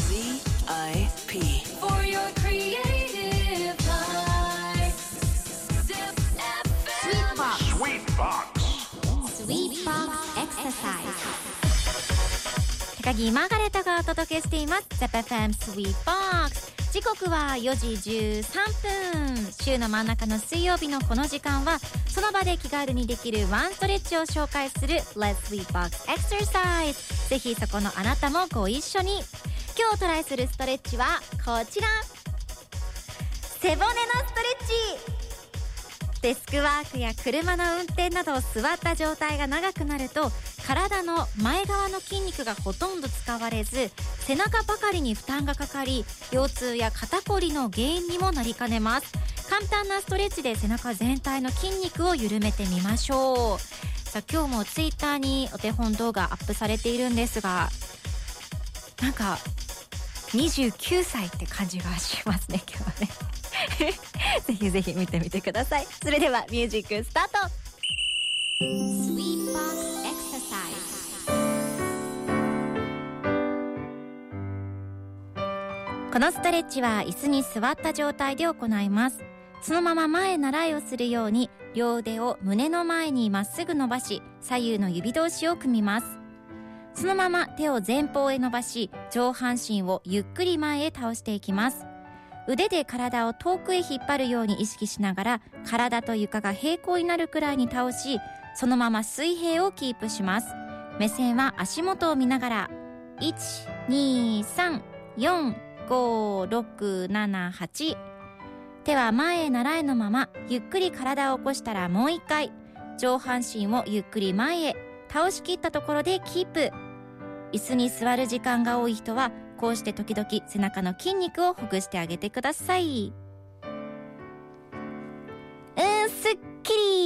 VIP For your creative life Zip FM Sweet Box Exercise 高木マーガレットがお届けしています ZEPFM Sweet Box 時刻は4時13分週の真ん中の水曜日のこの時間はその場で気軽にできるワンストレッチを紹介する Let's Sweet Box Exercise ぜひそこのあなたもご一緒に今日トライするストレッチはこちら背骨のストレッチデスクワークや車の運転など座った状態が長くなると体の前側の筋肉がほとんど使われず背中ばかりに負担がかかり腰痛や肩こりの原因にもなりかねます。簡単なストレッチで背中全体の筋肉を緩めてみましょう。さあ今日もツイッターにお手本動画アップされているんですがなんか29歳って感じがしますね今日はねぜひぜひ見てみてください。それではミュージックスタート。 Sweet Box Exercise このストレッチは椅子に座った状態で行います。そのまま前習いをするように両腕を胸の前にまっすぐ伸ばし左右の指同士を組みます。そのまま手を前方へ伸ばし上半身をゆっくり前へ倒していきます。腕で体を遠くへ引っ張るように意識しながら体と床が平行になるくらいに倒しそのまま水平をキープします。目線は足元を見ながら 1,2,3,4,5,6,7,8 手は前へ習いのままゆっくり体を起こしたらもう一回上半身をゆっくり前へ倒しきったところでキープ。椅子に座る時間が多い人はこうして時々背中の筋肉をほぐしてあげてください。すっきり